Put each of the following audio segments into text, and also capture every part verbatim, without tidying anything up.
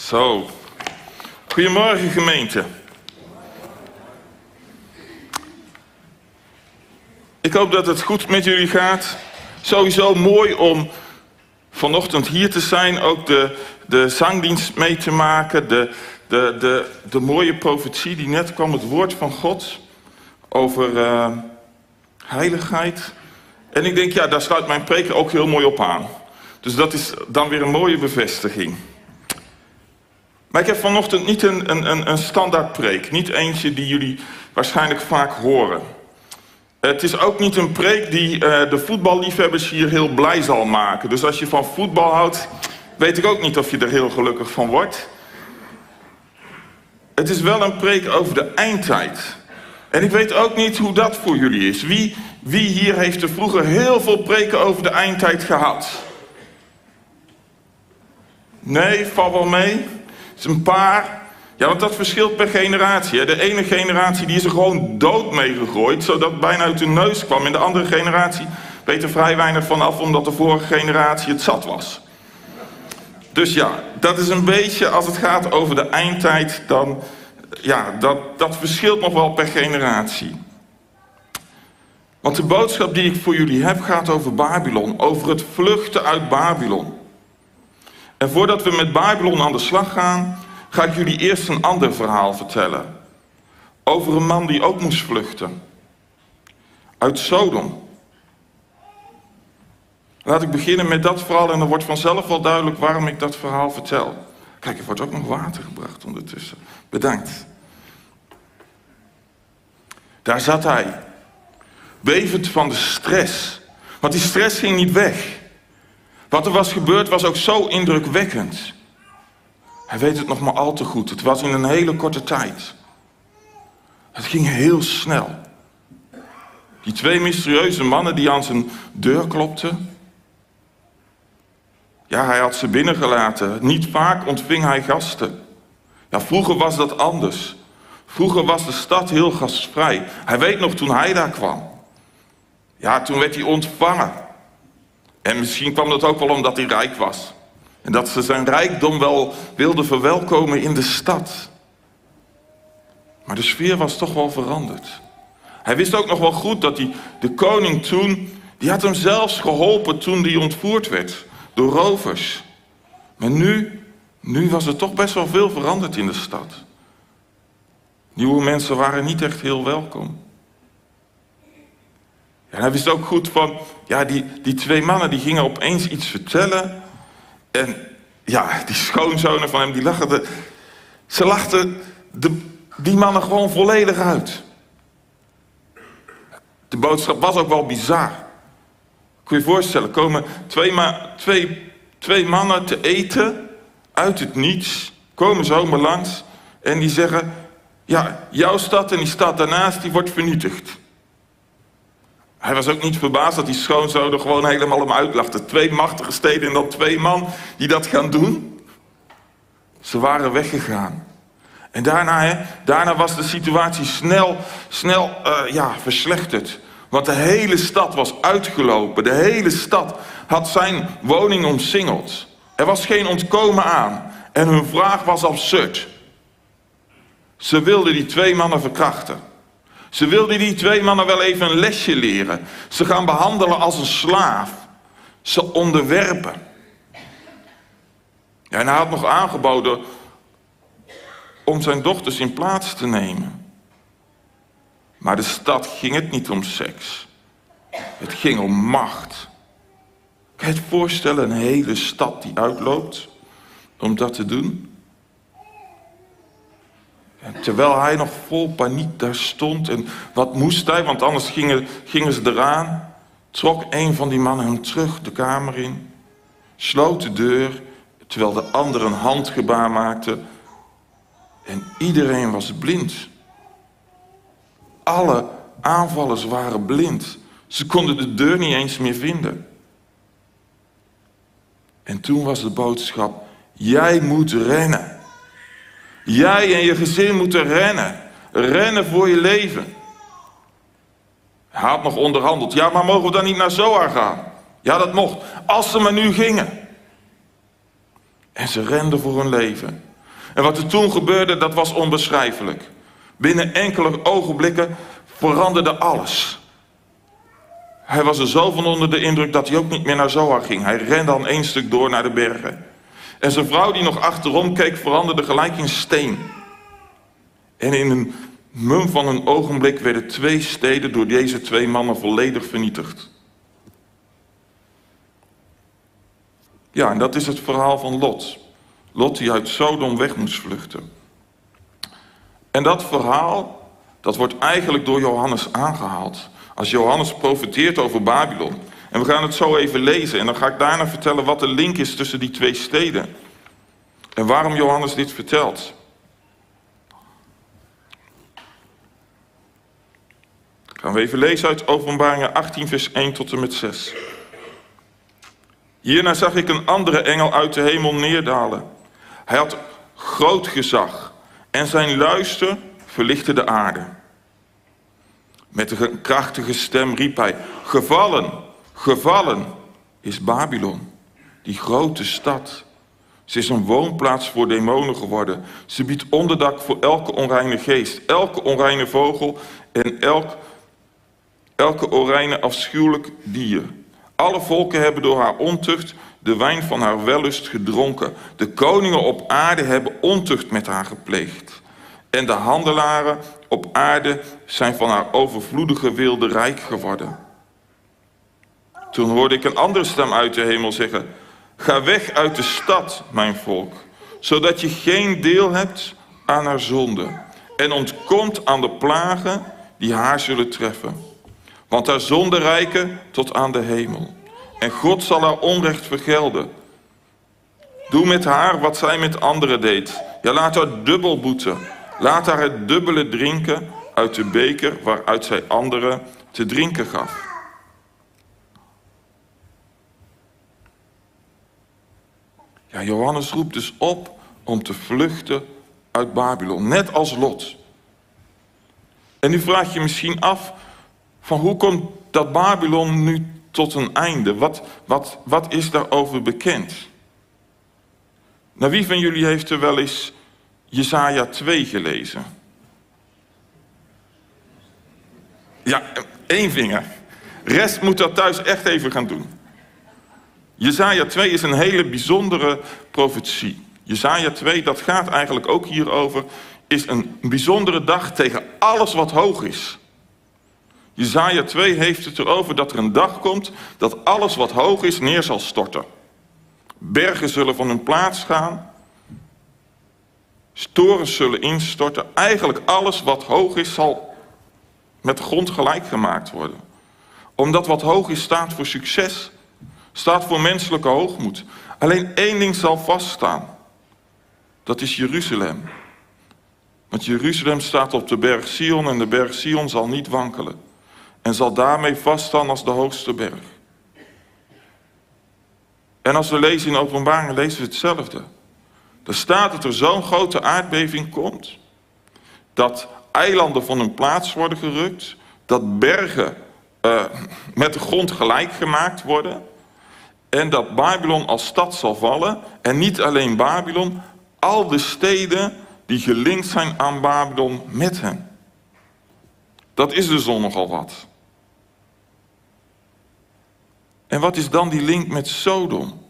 Zo. Goedemorgen gemeente. Ik hoop dat het goed met jullie gaat. Sowieso mooi om vanochtend hier te zijn. Ook de, de zangdienst mee te maken. De, de, de, de mooie profetie die net kwam. Het woord van God. Over uh, heiligheid. En ik denk, ja, daar sluit mijn preek ook heel mooi op aan. Dus dat is dan weer een mooie bevestiging. Maar ik heb vanochtend niet een, een, een standaard preek. Niet eentje die jullie waarschijnlijk vaak horen. Het is ook niet een preek die uh, de voetballiefhebbers hier heel blij zal maken. Dus als je van voetbal houdt, weet ik ook niet of je er heel gelukkig van wordt. Het is wel een preek over de eindtijd. En ik weet ook niet hoe dat voor jullie is. Wie, wie hier heeft er vroeger heel veel preken over de eindtijd gehad? Nee, val wel mee. Het is een paar. Ja, want dat verschilt per generatie. Hè. De ene generatie die is er gewoon dood mee gegooid, zodat het bijna uit hun neus kwam. En de andere generatie weet er vrij weinig van af, omdat de vorige generatie het zat was. Dus ja, dat is een beetje, als het gaat over de eindtijd, dan, ja, dat, dat verschilt nog wel per generatie. Want de boodschap die ik voor jullie heb, gaat over Babylon. Over het vluchten uit Babylon. En voordat we met Babylon aan de slag gaan, ga ik jullie eerst een ander verhaal vertellen. Over een man die ook moest vluchten. Uit Sodom. Laat ik beginnen met dat verhaal en dan wordt vanzelf wel duidelijk waarom ik dat verhaal vertel. Kijk, er wordt ook nog water gebracht ondertussen. Bedankt. Daar zat hij. Bevend van de stress. Want die stress ging niet weg. Wat er was gebeurd was ook zo indrukwekkend. Hij weet het nog maar al te goed. Het was in een hele korte tijd. Het ging heel snel. Die twee mysterieuze mannen die aan zijn deur klopten. Ja, hij had ze binnengelaten. Niet vaak ontving hij gasten. Ja, vroeger was dat anders. Vroeger was de stad heel gastvrij. Hij weet nog toen hij daar kwam. Ja, toen werd hij ontvangen. En misschien kwam dat ook wel omdat hij rijk was. En dat ze zijn rijkdom wel wilden verwelkomen in de stad. Maar de sfeer was toch wel veranderd. Hij wist ook nog wel goed dat die, de koning toen, die had hem zelfs geholpen toen hij ontvoerd werd door rovers. Maar nu, nu was er toch best wel veel veranderd in de stad. Nieuwe mensen waren niet echt heel welkom. En hij wist ook goed van, ja, die, die twee mannen die gingen opeens iets vertellen. En ja, die schoonzonen van hem, die lachten, de, ze lachten de, die mannen gewoon volledig uit. De boodschap was ook wel bizar. Kun je je voorstellen, komen twee, ma, twee, twee mannen te eten uit het niets, komen zomaar langs en die zeggen, ja, jouw stad en die stad daarnaast, die wordt vernietigd. Hij was ook niet verbaasd dat die schoonzonen gewoon helemaal hem uitlachten. Twee machtige steden en dan twee man die dat gaan doen. Ze waren weggegaan. En daarna, hè, daarna was de situatie snel, snel uh, ja, verslechterd. Want de hele stad was uitgelopen. De hele stad had zijn woning omsingeld. Er was geen ontkomen aan. En hun vraag was absurd. Ze wilden die twee mannen verkrachten. Ze wilden die twee mannen wel even een lesje leren. Ze gaan behandelen als een slaaf. Ze onderwerpen. Ja, en hij had nog aangeboden om zijn dochters in plaats te nemen. Maar de stad ging het niet om seks. Het ging om macht. Kan je het voorstellen, een hele stad die uitloopt om dat te doen? En terwijl hij nog vol paniek daar stond. En wat moest hij? Want anders gingen, gingen ze eraan. Trok een van die mannen hem terug de kamer in. Sloot de deur. Terwijl de ander een handgebaar maakte. En iedereen was blind. Alle aanvallers waren blind. Ze konden de deur niet eens meer vinden. En toen was de boodschap. Jij moet rennen. Jij en je gezin moeten rennen. Rennen voor je leven. Hij had nog onderhandeld. Ja, maar mogen we dan niet naar Zoar gaan? Ja, dat mocht. Als ze maar nu gingen. En ze renden voor hun leven. En wat er toen gebeurde, dat was onbeschrijfelijk. Binnen enkele ogenblikken veranderde alles. Hij was er zo van onder de indruk dat hij ook niet meer naar Zoar ging. Hij rende aan één stuk door naar de bergen. En zijn vrouw die nog achterom keek, veranderde gelijk in steen. En in een mum van een ogenblik werden twee steden door deze twee mannen volledig vernietigd. Ja, en dat is het verhaal van Lot. Lot die uit Sodom weg moest vluchten. En dat verhaal, dat wordt eigenlijk door Johannes aangehaald. Als Johannes profeteert over Babylon. En we gaan het zo even lezen. En dan ga ik daarna vertellen wat de link is tussen die twee steden. En waarom Johannes dit vertelt. Gaan we even lezen uit Openbaringen achttien vers één tot en met zes. Hierna zag ik een andere engel uit de hemel neerdalen. Hij had groot gezag en zijn luister verlichtte de aarde. Met een krachtige stem riep hij: gevallen, gevallen is Babylon, die grote stad. Ze is een woonplaats voor demonen geworden. Ze biedt onderdak voor elke onreine geest, elke onreine vogel en elk, elke onreine afschuwelijk dier. Alle volken hebben door haar ontucht de wijn van haar wellust gedronken. De koningen op aarde hebben ontucht met haar gepleegd. En de handelaren op aarde zijn van haar overvloedige weelde rijk geworden. Toen hoorde ik een andere stem uit de hemel zeggen: ga weg uit de stad, mijn volk, zodat je geen deel hebt aan haar zonde en ontkomt aan de plagen die haar zullen treffen. Want haar zonde reiken tot aan de hemel. En God zal haar onrecht vergelden. Doe met haar wat zij met anderen deed. Ja, laat haar dubbel boeten. Laat haar het dubbele drinken uit de beker waaruit zij anderen te drinken gaf. Ja, Johannes roept dus op om te vluchten uit Babylon, net als Lot. En nu vraag je misschien af, van hoe komt dat Babylon nu tot een einde? Wat, wat, wat is daarover bekend? Nou, wie van jullie heeft er wel eens Jesaja twee gelezen? Ja, één vinger. Rest moet dat thuis echt even gaan doen. Jesaja twee is een hele bijzondere profetie. Jesaja twee, dat gaat eigenlijk ook hierover, is een bijzondere dag tegen alles wat hoog is. Jesaja twee heeft het erover dat er een dag komt dat alles wat hoog is neer zal storten. Bergen zullen van hun plaats gaan. Torens zullen instorten. Eigenlijk alles wat hoog is zal met de grond gelijk gemaakt worden. Omdat wat hoog is staat voor succes. Staat voor menselijke hoogmoed. Alleen één ding zal vaststaan. Dat is Jeruzalem. Want Jeruzalem staat op de berg Sion en de berg Sion zal niet wankelen. En zal daarmee vaststaan als de hoogste berg. En als we lezen in Openbaring, lezen we hetzelfde. Er staat dat er zo'n grote aardbeving komt. Dat eilanden van hun plaats worden gerukt. Dat bergen uh, met de grond gelijk gemaakt worden. En dat Babylon als stad zal vallen. En niet alleen Babylon, al de steden die gelinkt zijn aan Babylon met hen. Dat is dus al nogal wat. En wat is dan die link met Sodom?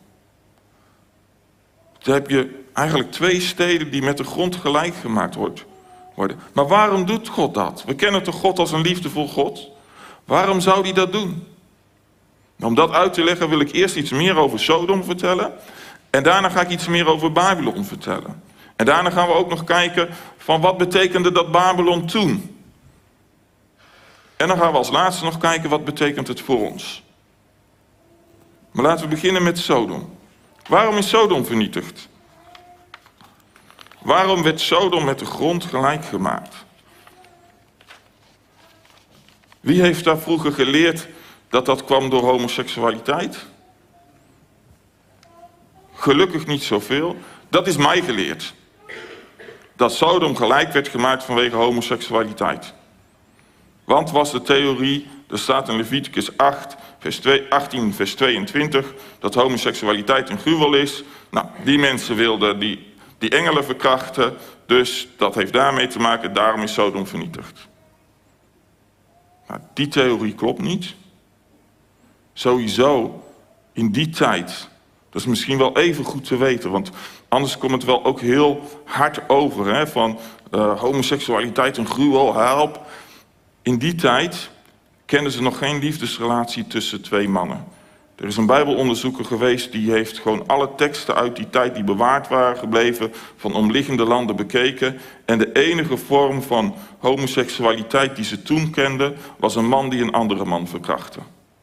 Dan heb je eigenlijk twee steden die met de grond gelijk gemaakt worden. Maar waarom doet God dat? We kennen toch God als een liefdevol God? Waarom zou hij dat doen? Om dat uit te leggen wil ik eerst iets meer over Sodom vertellen. En daarna ga ik iets meer over Babylon vertellen. En daarna gaan we ook nog kijken van wat betekende dat Babylon toen? En dan gaan we als laatste nog kijken wat betekent het voor ons. Maar laten we beginnen met Sodom. Waarom is Sodom vernietigd? Waarom werd Sodom met de grond gelijk gemaakt? Wie heeft daar vroeger geleerd dat dat kwam door homoseksualiteit? Gelukkig niet zoveel. Dat is mij geleerd. Dat Sodom gelijk werd gemaakt vanwege homoseksualiteit. Want was de theorie, er staat in Leviticus acht, vers achttien, vers tweeëntwintig, dat homoseksualiteit een gruwel is. Nou, die mensen wilden die die engelen verkrachten, dus dat heeft daarmee te maken, daarom is Sodom vernietigd. Nou, die theorie klopt niet. Sowieso, in die tijd, dat is misschien wel even goed te weten, want anders komt het wel ook heel hard over, hè, van uh, homoseksualiteit een gruwel, help. In die tijd kenden ze nog geen liefdesrelatie tussen twee mannen. Er is een bijbelonderzoeker geweest die heeft gewoon alle teksten uit die tijd die bewaard waren gebleven van omliggende landen bekeken. En de enige vorm van homoseksualiteit die ze toen kenden was een man die een andere man verkrachtte.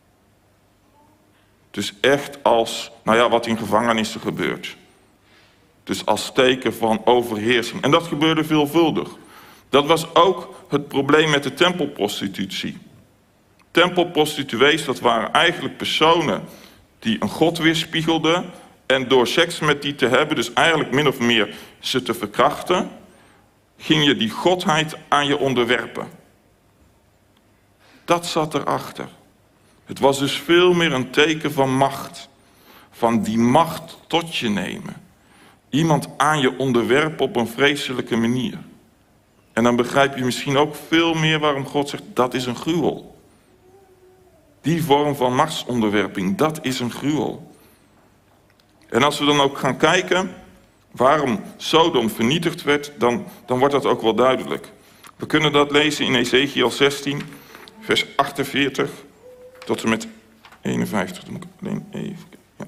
Dus echt als, nou ja, wat in gevangenissen gebeurt. Dus als teken van overheersing. En dat gebeurde veelvuldig. Dat was ook het probleem met de tempelprostitutie. Tempelprostituees, dat waren eigenlijk personen die een god weerspiegelden. En door seks met die te hebben, dus eigenlijk min of meer ze te verkrachten, ging je die godheid aan je onderwerpen. Dat zat erachter. Het was dus veel meer een teken van macht. Van die macht tot je nemen. Iemand aan je onderwerpen op een vreselijke manier. En dan begrijp je misschien ook veel meer waarom God zegt, dat is een gruwel. Die vorm van machtsonderwerping, dat is een gruwel. En als we dan ook gaan kijken waarom Sodom vernietigd werd, dan, dan wordt dat ook wel duidelijk. We kunnen dat lezen in Ezekiel zestien, vers achtenveertig tot en met eenenvijftig. Dan moet ik alleen even... Ja.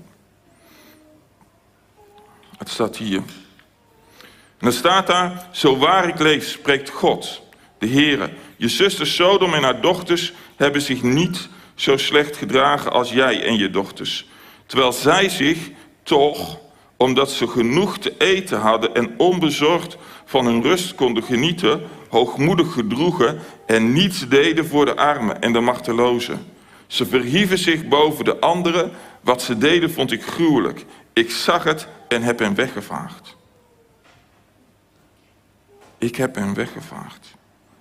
Het staat hier. En dan staat daar, zo waar ik leef, spreekt God, de Heere. Je zuster Sodom en haar dochters hebben zich niet zo slecht gedragen als jij en je dochters. Terwijl zij zich toch, omdat ze genoeg te eten hadden en onbezorgd van hun rust konden genieten, hoogmoedig gedroegen en niets deden voor de armen en de machtelozen. Ze verhieven zich boven de anderen. Wat ze deden vond ik gruwelijk. Ik zag het en heb hen weggevaagd. Ik heb hen weggevaagd.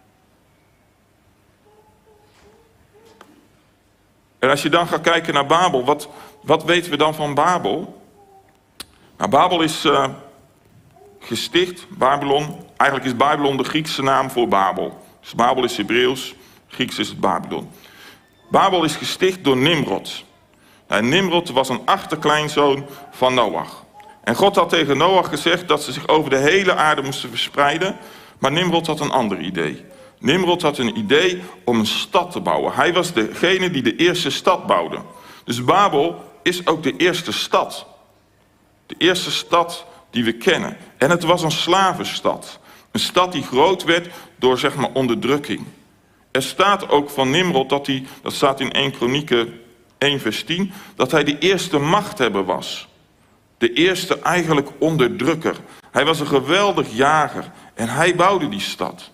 En als je dan gaat kijken naar Babel, wat, wat weten we dan van Babel? Nou, Babel is uh, gesticht, Babylon. Eigenlijk is Babylon de Griekse naam voor Babel. Dus Babel is Hebreeuws, Grieks is het Babylon. Babel is gesticht door Nimrod. Nou, Nimrod was een achterkleinzoon van Noach. En God had tegen Noach gezegd dat ze zich over de hele aarde moesten verspreiden. Maar Nimrod had een ander idee. Nimrod had een idee om een stad te bouwen. Hij was degene die de eerste stad bouwde. Dus Babel is ook de eerste stad. De eerste stad die we kennen. En het was een slavenstad. Een stad die groot werd door, zeg maar, onderdrukking. Er staat ook van Nimrod, dat hij, dat staat in eerste Kronieken één vers tien, dat hij de eerste machthebber was. De eerste eigenlijk onderdrukker. Hij was een geweldig jager en hij bouwde die stad.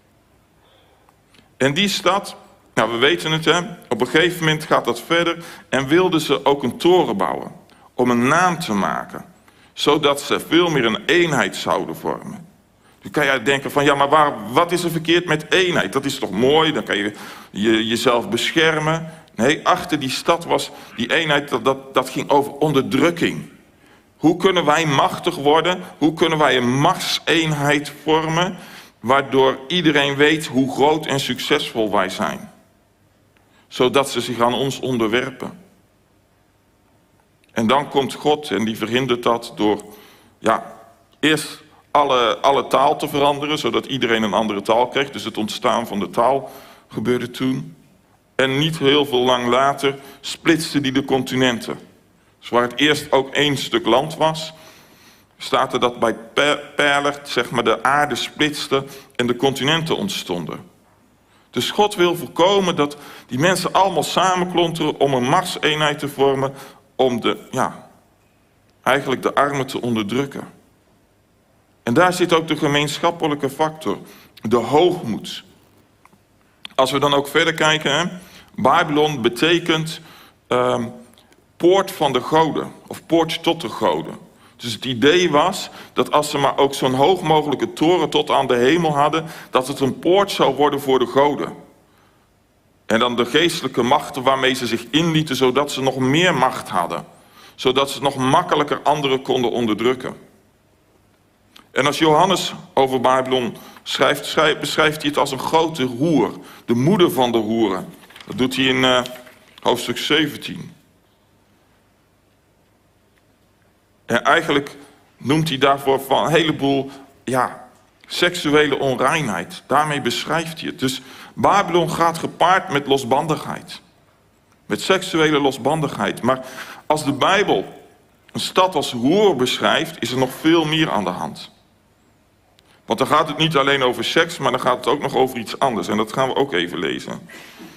En die stad, nou we weten het hè, op een gegeven moment gaat dat verder en wilden ze ook een toren bouwen. Om een naam te maken. Zodat ze veel meer een eenheid zouden vormen. Dan kan je denken van ja maar waar, wat is er verkeerd met eenheid? Dat is toch mooi, dan kan je, je jezelf beschermen. Nee, achter die stad was die eenheid, dat, dat, dat ging over onderdrukking. Hoe kunnen wij machtig worden? Hoe kunnen wij een machtseenheid vormen? Waardoor iedereen weet hoe groot en succesvol wij zijn. Zodat ze zich aan ons onderwerpen. En dan komt God en die verhindert dat door ja, eerst alle, alle taal te veranderen. Zodat iedereen een andere taal kreeg. Dus het ontstaan van de taal gebeurde toen. En niet heel veel lang later splitste die de continenten. Dus waar het eerst ook één stuk land was, staat er dat bij Perlert, zeg maar, de aarde splitste en de continenten ontstonden. Dus God wil voorkomen dat die mensen allemaal samenklonteren om een machtseenheid te vormen, om de, ja, eigenlijk de armen te onderdrukken. En daar zit ook de gemeenschappelijke factor, de hoogmoed. Als we dan ook verder kijken, hè, Babylon betekent uh, poort van de goden, of poort tot de goden. Dus het idee was dat als ze maar ook zo'n hoog mogelijke toren tot aan de hemel hadden, dat het een poort zou worden voor de goden. En dan de geestelijke machten waarmee ze zich inlieten, zodat ze nog meer macht hadden. Zodat ze nog makkelijker anderen konden onderdrukken. En als Johannes over Babylon schrijft, schrijft beschrijft hij het als een grote hoer. De moeder van de hoeren. Dat doet hij in uh, hoofdstuk zeventien. En eigenlijk noemt hij daarvoor van een heleboel ja, seksuele onreinheid. Daarmee beschrijft hij het. Dus Babylon gaat gepaard met losbandigheid. Met seksuele losbandigheid. Maar als de Bijbel een stad als hoer beschrijft, is er nog veel meer aan de hand. Want dan gaat het niet alleen over seks, maar dan gaat het ook nog over iets anders. En dat gaan we ook even lezen.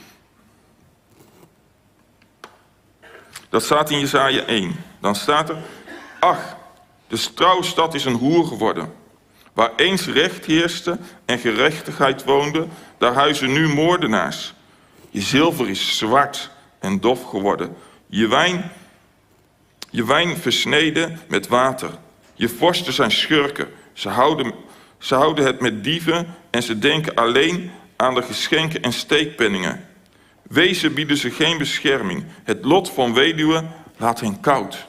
Dat staat in Jesaja één. Dan staat er: ach, de trouwe stad is een hoer geworden. Waar eens recht heerste en gerechtigheid woonde, daar huizen nu moordenaars. Je zilver is zwart en dof geworden. Je wijn, je wijn versneden met water. Je vorsten zijn schurken. Ze houden, ze houden het met dieven en ze denken alleen aan de geschenken en steekpenningen. Wezen bieden ze geen bescherming. Het lot van weduwen laat hen koud.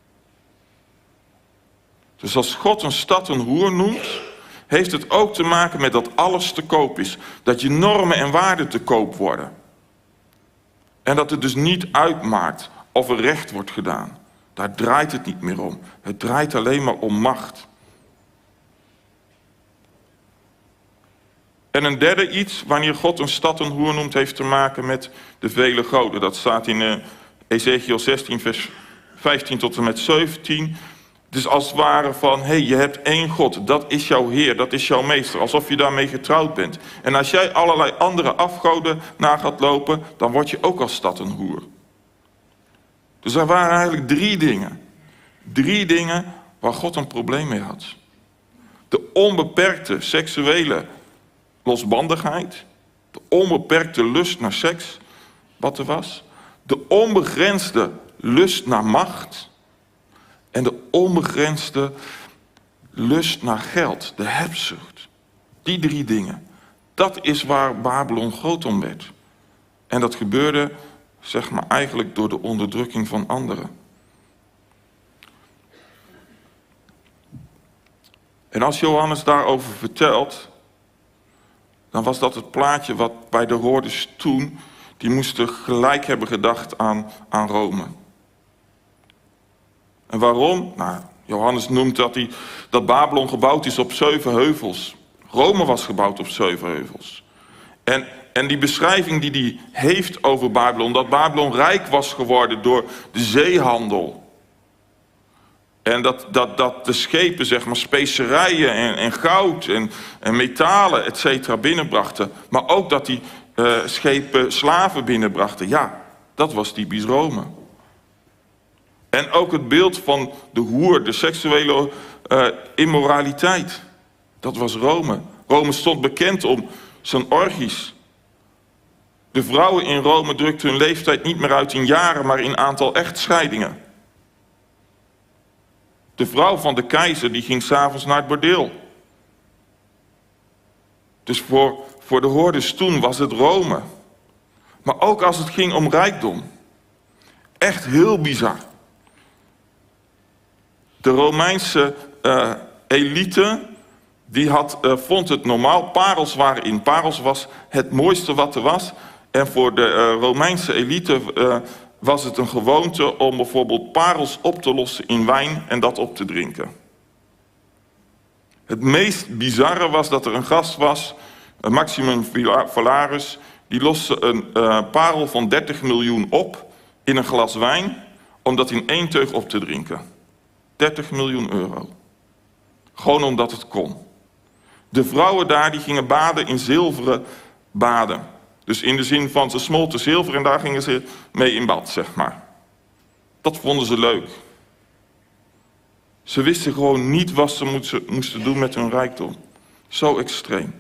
Dus als God een stad een hoer noemt, heeft het ook te maken met dat alles te koop is. Dat je normen en waarden te koop worden. En dat het dus niet uitmaakt of er recht wordt gedaan. Daar draait het niet meer om. Het draait alleen maar om macht. En een derde iets, wanneer God een stad een hoer noemt, heeft te maken met de vele goden. Dat staat in uh, Ezekiel zestien, vers vijftien tot en met zeventien. Dus als het ware van, hé, hey, je hebt één God, dat is jouw Heer, dat is jouw meester, alsof je daarmee getrouwd bent. En als jij allerlei andere afgoden na gaat lopen, dan word je ook als stad een hoer. Dus er waren eigenlijk drie dingen. Drie dingen waar God een probleem mee had. De onbeperkte seksuele losbandigheid, de onbeperkte lust naar seks, wat er was, de onbegrensde lust naar macht en de onbegrensde lust naar geld, de hebzucht. Die drie dingen, dat is waar Babylon groot om werd. En dat gebeurde, zeg maar, eigenlijk door de onderdrukking van anderen. En als Johannes daarover vertelt, dan was dat het plaatje wat bij de hoorders toen, die moesten gelijk hebben gedacht aan, aan Rome. En waarom? Nou, Johannes noemt dat, die, dat Babylon gebouwd is op zeven heuvels. Rome was gebouwd op zeven heuvels. En, en die beschrijving die hij heeft over Babylon, dat Babylon rijk was geworden door de zeehandel. En dat, dat, dat de schepen, zeg maar, specerijen en, en goud en, en metalen, et cetera, binnenbrachten. Maar ook dat die uh, schepen slaven binnenbrachten. Ja, dat was typisch Rome. En ook het beeld van de hoer, de seksuele uh, immoraliteit. Dat was Rome. Rome stond bekend om zijn orgies. De vrouwen in Rome drukten hun leeftijd niet meer uit in jaren, maar in aantal echtscheidingen. De vrouw van de keizer die ging 's avonds naar het bordeel. Dus voor, voor de hoorders toen was het Rome. Maar ook als het ging om rijkdom. Echt heel bizar. De Romeinse uh, elite die had, uh, vond het normaal. Parels waren in. Parels was het mooiste wat er was. En voor de uh, Romeinse elite uh, was het een gewoonte om bijvoorbeeld parels op te lossen in wijn en dat op te drinken. Het meest bizarre was dat er een gast was, een Maximum Valarus, die loste een uh, parel van dertig miljoen op in een glas wijn om dat in één teug op te drinken. dertig miljoen euro. Gewoon omdat het kon. De vrouwen daar die gingen baden in zilveren baden. Dus in de zin van ze smolten zilver en daar gingen ze mee in bad, zeg maar. Dat vonden ze leuk. Ze wisten gewoon niet wat ze moesten doen met hun rijkdom. Zo extreem.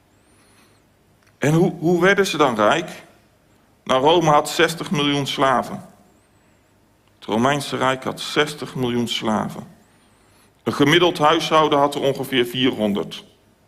En hoe, hoe werden ze dan rijk? Nou, Rome had zestig miljoen slaven. Het Romeinse Rijk had zestig miljoen slaven. Een gemiddeld huishouden had er ongeveer vierhonderd.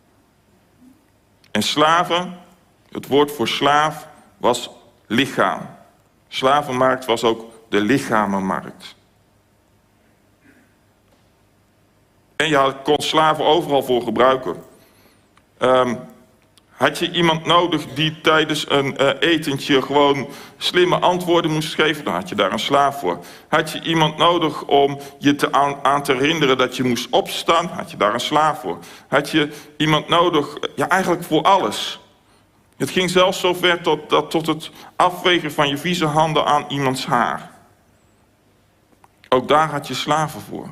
En slaven, het woord voor slaaf, was lichaam. Slavenmarkt was ook de lichamenmarkt. En je kon slaven overal voor gebruiken. Um, had je iemand nodig die tijdens een uh, etentje gewoon slimme antwoorden moest geven, dan had je daar een slaaf voor. Had je iemand nodig om je te aan, aan te herinneren dat je moest opstaan, had je daar een slaaf voor. Had je iemand nodig, ja eigenlijk voor alles. Het ging zelfs zover tot, dat, tot het afwegen van je vieze handen aan iemands haar. Ook daar had je slaven voor.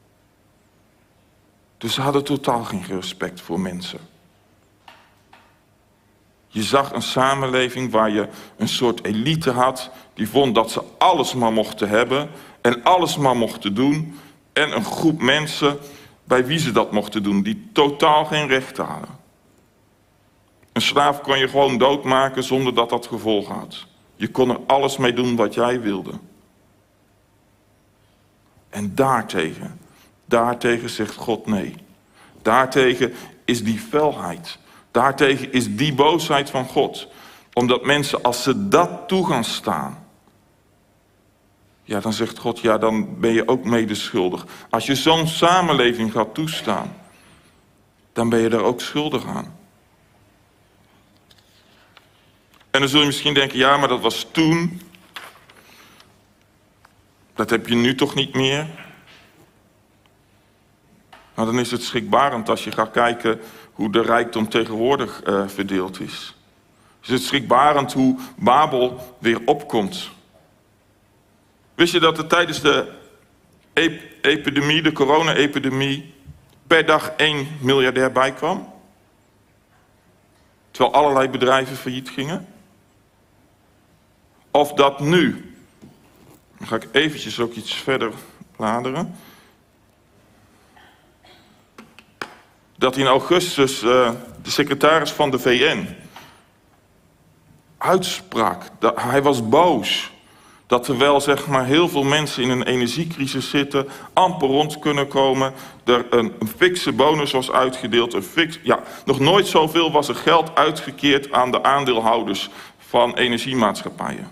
Dus ze hadden totaal geen respect voor mensen. Je zag een samenleving waar je een soort elite had die vond dat ze alles maar mochten hebben en alles maar mochten doen. En een groep mensen bij wie ze dat mochten doen, die totaal geen rechten hadden. Een slaaf kon je gewoon doodmaken zonder dat dat gevolgen had. Je kon er alles mee doen wat jij wilde. En daartegen, daartegen zegt God nee. Daartegen is die felheid. Daartegen is die boosheid van God. Omdat mensen, als ze dat toe gaan staan, ja, dan zegt God, ja, dan ben je ook medeschuldig. Als je zo'n samenleving gaat toestaan, dan ben je daar ook schuldig aan. En dan zul je misschien denken, ja, maar dat was toen. Dat heb je nu toch niet meer? Nou, dan is het schrikbarend als je gaat kijken hoe de rijkdom tegenwoordig uh, verdeeld is. Is het schrikbarend hoe Babel weer opkomt. Wist je dat er tijdens de ep epidemie, de corona-epidemie, per dag één miljardair bijkwam? Terwijl allerlei bedrijven failliet gingen? Of dat nu, dan ga ik eventjes ook iets verder bladeren. Dat in augustus uh, de secretaris van de V N uitsprak, dat hij was boos. Dat terwijl zeg maar, heel veel mensen in een energiecrisis zitten, amper rond kunnen komen, er een, een fikse bonus was uitgedeeld. Een fix, ja, nog nooit zoveel was er geld uitgekeerd aan de aandeelhouders van energiemaatschappijen.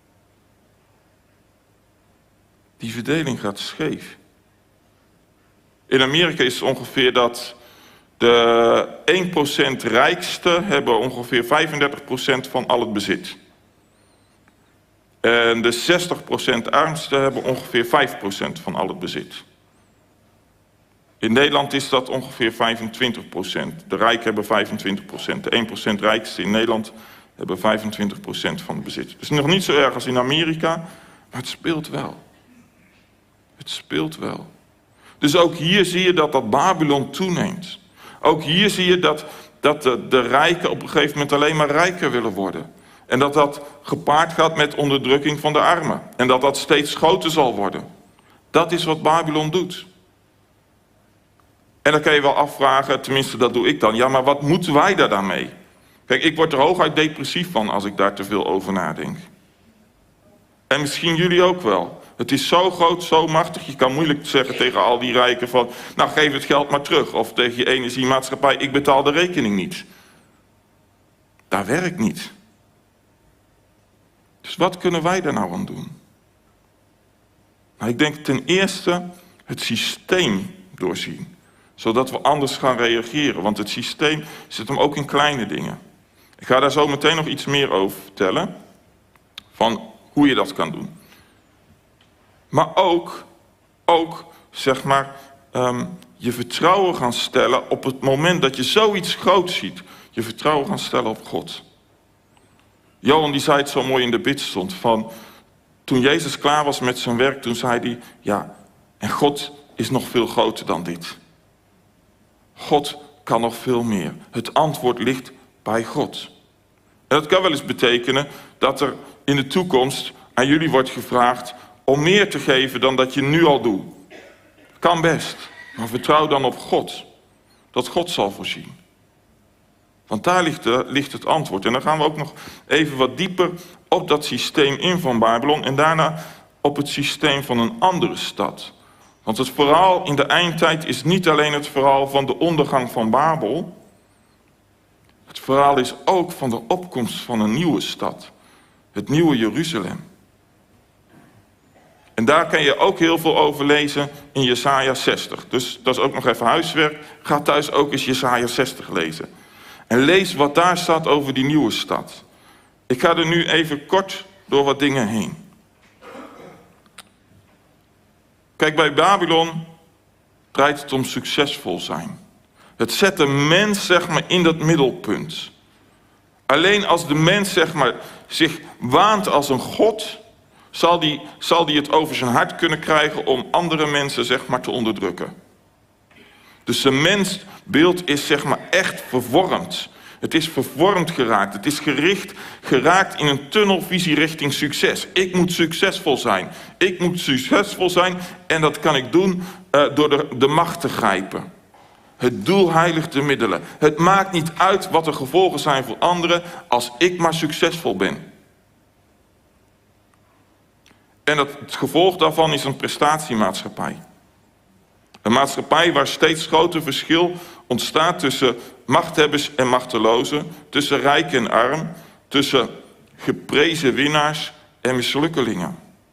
Die verdeling gaat scheef. In Amerika is het ongeveer dat de één procent rijkste hebben ongeveer vijfendertig procent van al het bezit. En de zestig procent armste hebben ongeveer vijf procent van al het bezit. In Nederland is dat ongeveer vijfentwintig procent. De rijken hebben vijfentwintig procent. De één procent rijkste in Nederland hebben vijfentwintig procent van het bezit. Het is nog niet zo erg als in Amerika, maar het speelt wel. Het speelt wel. Dus ook hier zie je dat dat Babylon toeneemt. Ook hier zie je dat, dat de, de rijken op een gegeven moment alleen maar rijker willen worden. En dat dat gepaard gaat met onderdrukking van de armen. En dat dat steeds groter zal worden. Dat is wat Babylon doet. En dan kan je wel afvragen, tenminste dat doe ik dan. Ja, maar wat moeten wij daar dan mee? Kijk, ik word er hooguit depressief van als ik daar te veel over nadenk. En misschien jullie ook wel. Het is zo groot, zo machtig. Je kan moeilijk zeggen tegen al die rijken van, nou geef het geld maar terug. Of tegen je energiemaatschappij, ik betaal de rekening niet. Dat werkt niet. Dus wat kunnen wij daar nou aan doen? Nou, ik denk ten eerste het systeem doorzien. Zodat we anders gaan reageren. Want het systeem zit hem ook in kleine dingen. Ik ga daar zo meteen nog iets meer over vertellen. Van hoe je dat kan doen. Maar ook, ook zeg maar, um, je vertrouwen gaan stellen op het moment dat je zoiets groots ziet. Je vertrouwen gaan stellen op God. Johan die zei het zo mooi in de bidstond van, toen Jezus klaar was met zijn werk, toen zei hij, ja, en God is nog veel groter dan dit. God kan nog veel meer. Het antwoord ligt bij God. En dat kan wel eens betekenen dat er in de toekomst aan jullie wordt gevraagd om meer te geven dan dat je nu al doet. Kan best, maar vertrouw dan op God. Dat God zal voorzien. Want daar ligt, de, ligt het antwoord. En dan gaan we ook nog even wat dieper op dat systeem in van Babylon. En daarna op het systeem van een andere stad. Want het verhaal in de eindtijd is niet alleen het verhaal van de ondergang van Babel. Het verhaal is ook van de opkomst van een nieuwe stad. Het nieuwe Jeruzalem. En daar kan je ook heel veel over lezen in Jesaja zestig. Dus dat is ook nog even huiswerk. Ga thuis ook eens Jesaja zestig lezen. En lees wat daar staat over die nieuwe stad. Ik ga er nu even kort door wat dingen heen. Kijk, bij Babylon draait het om succesvol zijn. Het zet de mens, zeg maar, in dat middelpunt. Alleen als de mens, zeg maar, zich waant als een god, zal die, zal die het over zijn hart kunnen krijgen om andere mensen, zeg maar, te onderdrukken. Dus zijn mensbeeld is, zeg maar, echt vervormd. Het is vervormd geraakt. Het is gericht geraakt in een tunnelvisie richting succes. Ik moet succesvol zijn. Ik moet succesvol zijn en dat kan ik doen uh, door de, de macht te grijpen. Het doel heiligt de middelen. Het maakt niet uit wat de gevolgen zijn voor anderen als ik maar succesvol ben. En dat, het gevolg daarvan is een prestatiemaatschappij. Een maatschappij waar steeds groter verschil ontstaat tussen machthebbers en machtelozen, tussen rijk en arm, tussen geprezen winnaars en mislukkelingen.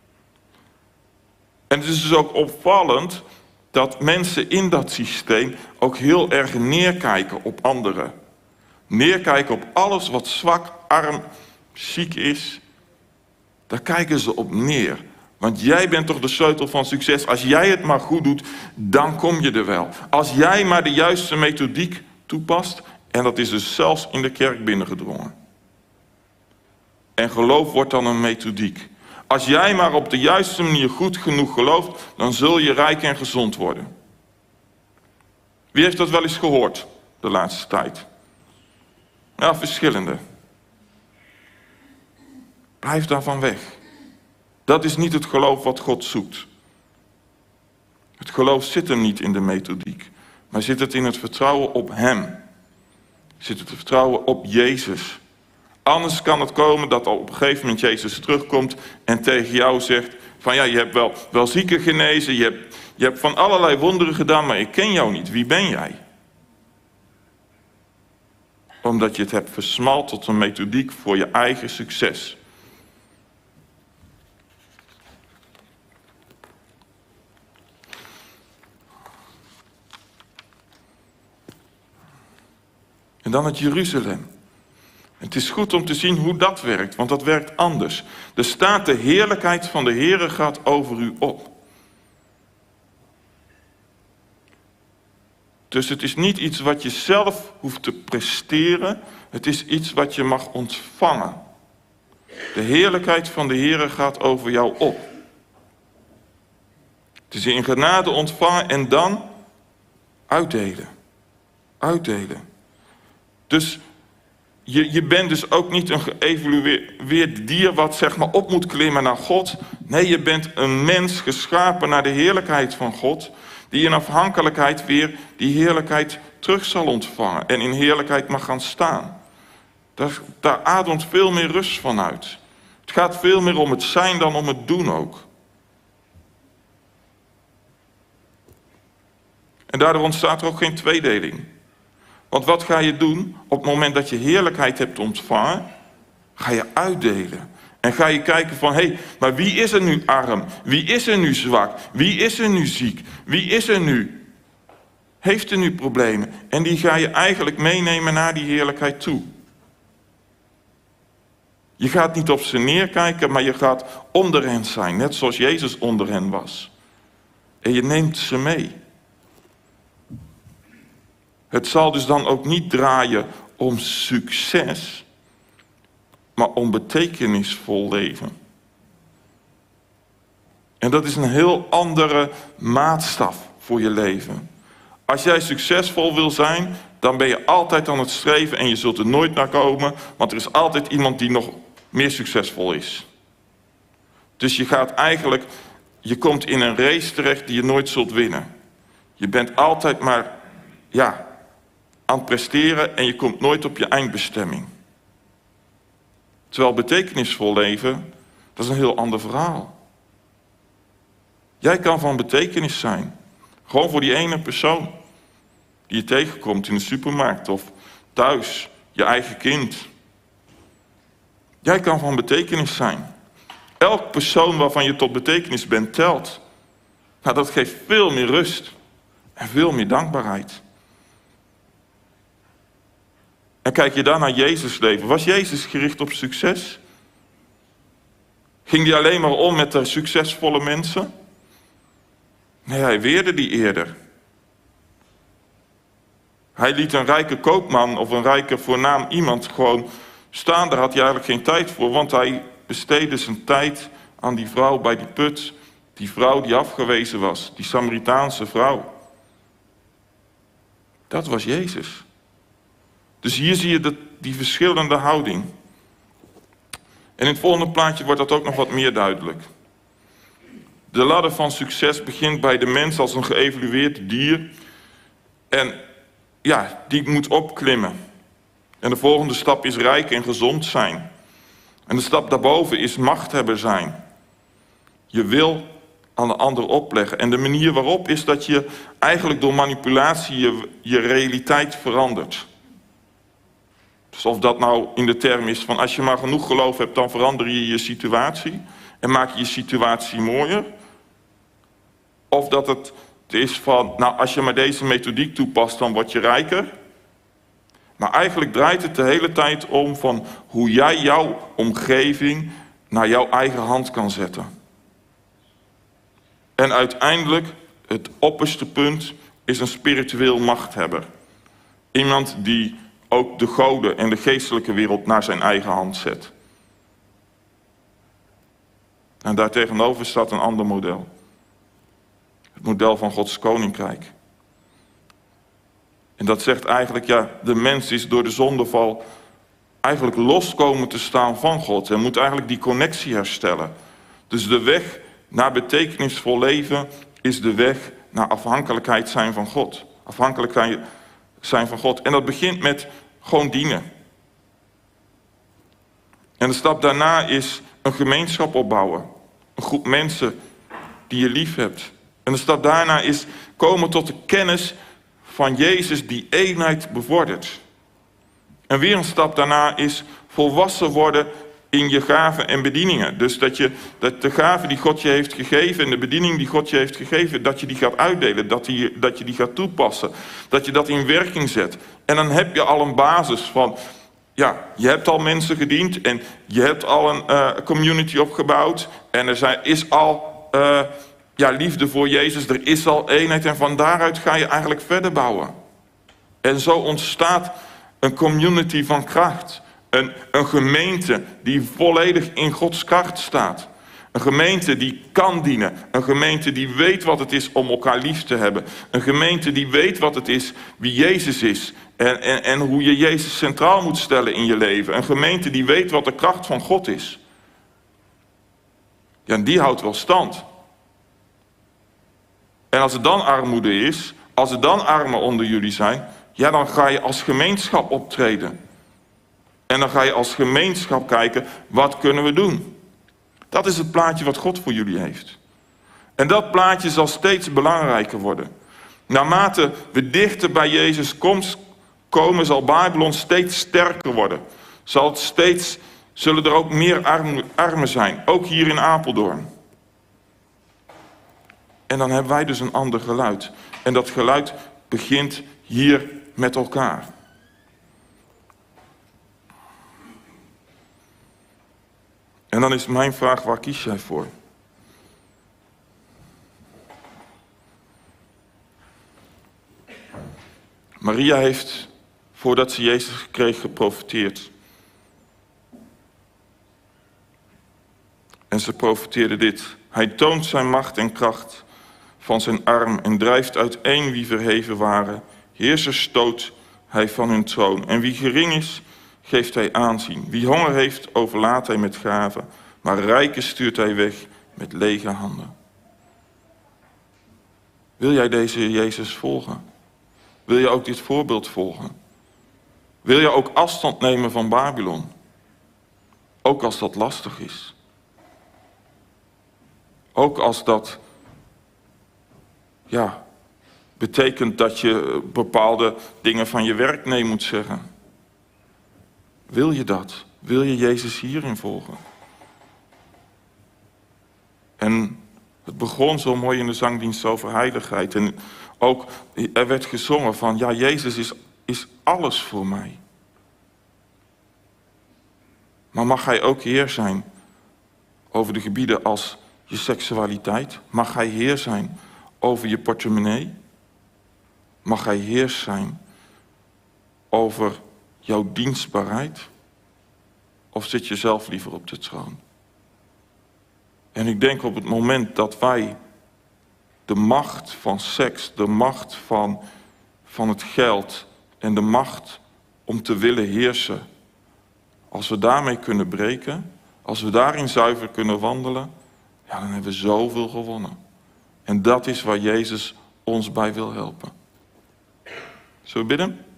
En het is dus ook opvallend dat mensen in dat systeem ook heel erg neerkijken op anderen. Neerkijken op alles wat zwak, arm, ziek is. Daar kijken ze op neer. Want jij bent toch de sleutel van succes. Als jij het maar goed doet, dan kom je er wel. Als jij maar de juiste methodiek toepast. En dat is dus zelfs in de kerk binnengedrongen. En geloof wordt dan een methodiek. Als jij maar op de juiste manier goed genoeg gelooft, dan zul je rijk en gezond worden. Wie heeft dat wel eens gehoord de laatste tijd? Ja, verschillende. Blijf daarvan weg. Dat is niet het geloof wat God zoekt. Het geloof zit hem niet in de methodiek, maar zit het in het vertrouwen op Hem. Zit het vertrouwen op Jezus. Anders kan het komen dat op een gegeven moment Jezus terugkomt en tegen jou zegt van ja, je hebt wel, wel zieken genezen, je hebt, je hebt van allerlei wonderen gedaan, maar ik ken jou niet. Wie ben jij? Omdat je het hebt versmalt tot een methodiek voor je eigen succes. En dan het Jeruzalem. Het is goed om te zien hoe dat werkt, want dat werkt anders. Er staat de heerlijkheid van de Heere gaat over u op. Dus het is niet iets wat je zelf hoeft te presteren. Het is iets wat je mag ontvangen. De heerlijkheid van de Heere gaat over jou op. Het is in genade ontvangen en dan uitdelen. Uitdelen. Dus je, je bent dus ook niet een geëvolueerd dier wat zeg maar op moet klimmen naar God. Nee, je bent een mens geschapen naar de heerlijkheid van God. Die in afhankelijkheid weer die heerlijkheid terug zal ontvangen. En in heerlijkheid mag gaan staan. Daar, daar ademt veel meer rust van uit. Het gaat veel meer om het zijn dan om het doen ook. En daardoor ontstaat er ook geen tweedeling. Want wat ga je doen op het moment dat je heerlijkheid hebt ontvangen? Ga je uitdelen. En ga je kijken van, hé, hey, maar wie is er nu arm? Wie is er nu zwak? Wie is er nu ziek? Wie is er nu? Heeft er nu problemen? En die ga je eigenlijk meenemen naar die heerlijkheid toe. Je gaat niet op ze neerkijken, maar je gaat onder hen zijn. Net zoals Jezus onder hen was. En je neemt ze mee. Het zal dus dan ook niet draaien om succes, maar om betekenisvol leven. En dat is een heel andere maatstaf voor je leven. Als jij succesvol wil zijn, dan ben je altijd aan het streven en je zult er nooit naar komen, want er is altijd iemand die nog meer succesvol is. Dus je gaat eigenlijk, je komt in een race terecht die je nooit zult winnen. Je bent altijd maar, ja, aan het presteren en je komt nooit op je eindbestemming. Terwijl betekenisvol leven, dat is een heel ander verhaal. Jij kan van betekenis zijn. Gewoon voor die ene persoon die je tegenkomt in de supermarkt of thuis, je eigen kind. Jij kan van betekenis zijn. Elk persoon waarvan je tot betekenis bent, telt. Nou, dat geeft veel meer rust en veel meer dankbaarheid. En kijk je dan naar Jezus' leven. Was Jezus gericht op succes? Ging hij alleen maar om met de succesvolle mensen? Nee, hij weerde die eerder. Hij liet een rijke koopman of een rijke voornaam iemand gewoon staan. Daar had hij eigenlijk geen tijd voor, want hij besteedde zijn tijd aan die vrouw bij die put. Die vrouw die afgewezen was, die Samaritaanse vrouw. Dat was Jezus. Dus hier zie je dat, die verschillende houding. En in het volgende plaatje wordt dat ook nog wat meer duidelijk. De ladder van succes begint bij de mens als een geëvolueerd dier. En ja, die moet opklimmen. En de volgende stap is rijk en gezond zijn. En de stap daarboven is machthebber zijn. Je wil aan de ander opleggen. En de manier waarop is dat je eigenlijk door manipulatie je, je realiteit verandert. Dus of dat nou in de term is van als je maar genoeg geloof hebt, dan verander je je situatie. En maak je je situatie mooier. Of dat het is van, nou als je maar deze methodiek toepast, dan word je rijker. Maar eigenlijk draait het de hele tijd om van hoe jij jouw omgeving naar jouw eigen hand kan zetten. En uiteindelijk, het opperste punt, is een spiritueel machthebber. Iemand die ook de goden en de geestelijke wereld naar zijn eigen hand zet. En daartegenover staat een ander model. Het model van Gods koninkrijk. En dat zegt eigenlijk, ja, de mens is door de zondeval eigenlijk los komen te staan van God. Hij moet eigenlijk die connectie herstellen. Dus de weg naar betekenisvol leven is de weg naar afhankelijkheid zijn van God. Afhankelijkheid zijn van God. En dat begint met gewoon dienen. En de stap daarna is een gemeenschap opbouwen. Een groep mensen die je lief hebt. En de stap daarna is komen tot de kennis van Jezus die eenheid bevordert. En weer een stap daarna is volwassen worden in je gaven en bedieningen. Dus dat, je, dat de gaven die God je heeft gegeven en de bediening die God je heeft gegeven, dat je die gaat uitdelen, dat, die, dat je die gaat toepassen. Dat je dat in werking zet. En dan heb je al een basis van, ja, je hebt al mensen gediend en je hebt al een uh, community opgebouwd. En er zijn, is al uh, ja, liefde voor Jezus, er is al eenheid en van daaruit ga je eigenlijk verder bouwen. En zo ontstaat een community van kracht. Een, een gemeente die volledig in Gods kracht staat. Een gemeente die kan dienen. Een gemeente die weet wat het is om elkaar lief te hebben. Een gemeente die weet wat het is, wie Jezus is. En, en, en hoe je Jezus centraal moet stellen in je leven. Een gemeente die weet wat de kracht van God is. Ja, en die houdt wel stand. En als er dan armoede is, als er dan armen onder jullie zijn, ja, dan ga je als gemeenschap optreden. En dan ga je als gemeenschap kijken, wat kunnen we doen? Dat is het plaatje wat God voor jullie heeft. En dat plaatje zal steeds belangrijker worden. Naarmate we dichter bij Jezus komst komen, zal Babylon steeds sterker worden. Zal het steeds, zullen er ook meer armen zijn, ook hier in Apeldoorn. En dan hebben wij dus een ander geluid. En dat geluid begint hier met elkaar. En dan is mijn vraag, waar kies jij voor? Maria heeft, voordat ze Jezus kreeg, geprofeteerd. En ze profeteerde dit. Hij toont zijn macht en kracht van zijn arm en drijft uiteen wie verheven waren. Heersers stoot hij van hun troon. En wie gering is, geeft hij aanzien. Wie honger heeft, overlaat hij met gaven. Maar rijken stuurt hij weg met lege handen. Wil jij deze Jezus volgen? Wil je ook dit voorbeeld volgen? Wil je ook afstand nemen van Babylon? Ook als dat lastig is. Ook als dat, ja, betekent dat je bepaalde dingen van je werk nee moet zeggen. Wil je dat? Wil je Jezus hierin volgen? Het begon zo mooi in de zangdienst over heiligheid. En ook, er werd gezongen van, ja, Jezus is, is alles voor mij. Maar mag Hij ook Heer zijn over de gebieden als je seksualiteit? Mag Hij Heer zijn over je portemonnee? Mag Hij Heer zijn over jouw dienstbaarheid? Of zit je zelf liever op de troon? En ik denk op het moment dat wij de macht van seks, de macht van, van het geld en de macht om te willen heersen, als we daarmee kunnen breken, als we daarin zuiver kunnen wandelen, ja, dan hebben we zoveel gewonnen. En dat is waar Jezus ons bij wil helpen. Zullen we bidden?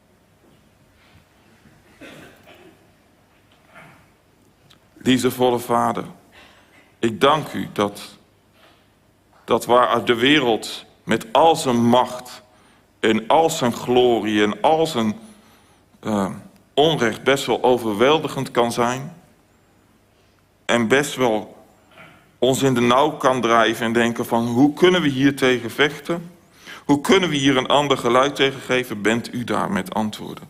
Liefdevolle Vader, ik dank u dat, dat waar de wereld met al zijn macht en al zijn glorie en al zijn uh, onrecht best wel overweldigend kan zijn en best wel ons in de nauw kan drijven en denken van hoe kunnen we hier tegen vechten? Hoe kunnen we hier een ander geluid tegen geven? Bent u daar met antwoorden?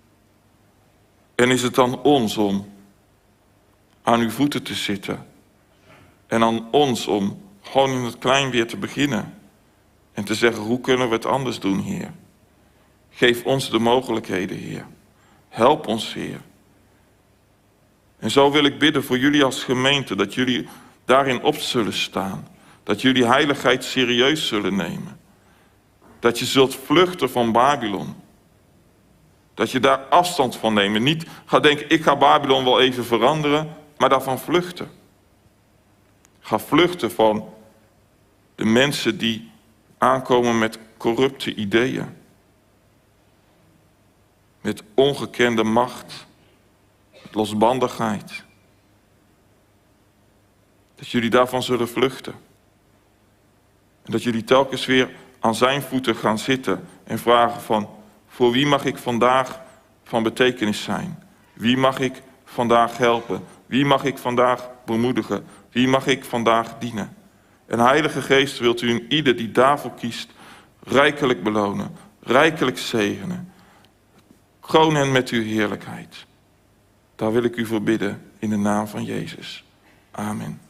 En is het dan ons om aan uw voeten te zitten en aan ons om gewoon in het klein weer te beginnen en te zeggen, hoe kunnen we het anders doen, Heer? Geef ons de mogelijkheden, Heer. Help ons, Heer. En zo wil ik bidden voor jullie als gemeente, dat jullie daarin op zullen staan. Dat jullie heiligheid serieus zullen nemen. Dat je zult vluchten van Babylon. Dat je daar afstand van neemt. Niet ga denken, ik ga Babylon wel even veranderen, maar daarvan vluchten. Ga vluchten van de mensen die aankomen met corrupte ideeën. Met ongekende macht. Met losbandigheid. Dat jullie daarvan zullen vluchten. En dat jullie telkens weer aan zijn voeten gaan zitten en vragen van, voor wie mag ik vandaag van betekenis zijn? Wie mag ik vandaag helpen? Wie mag ik vandaag bemoedigen? Wie mag ik vandaag dienen? En Heilige Geest wilt u in ieder die daarvoor kiest rijkelijk belonen, rijkelijk zegenen. Kroon hen met uw heerlijkheid. Daar wil ik u voor bidden in de naam van Jezus. Amen.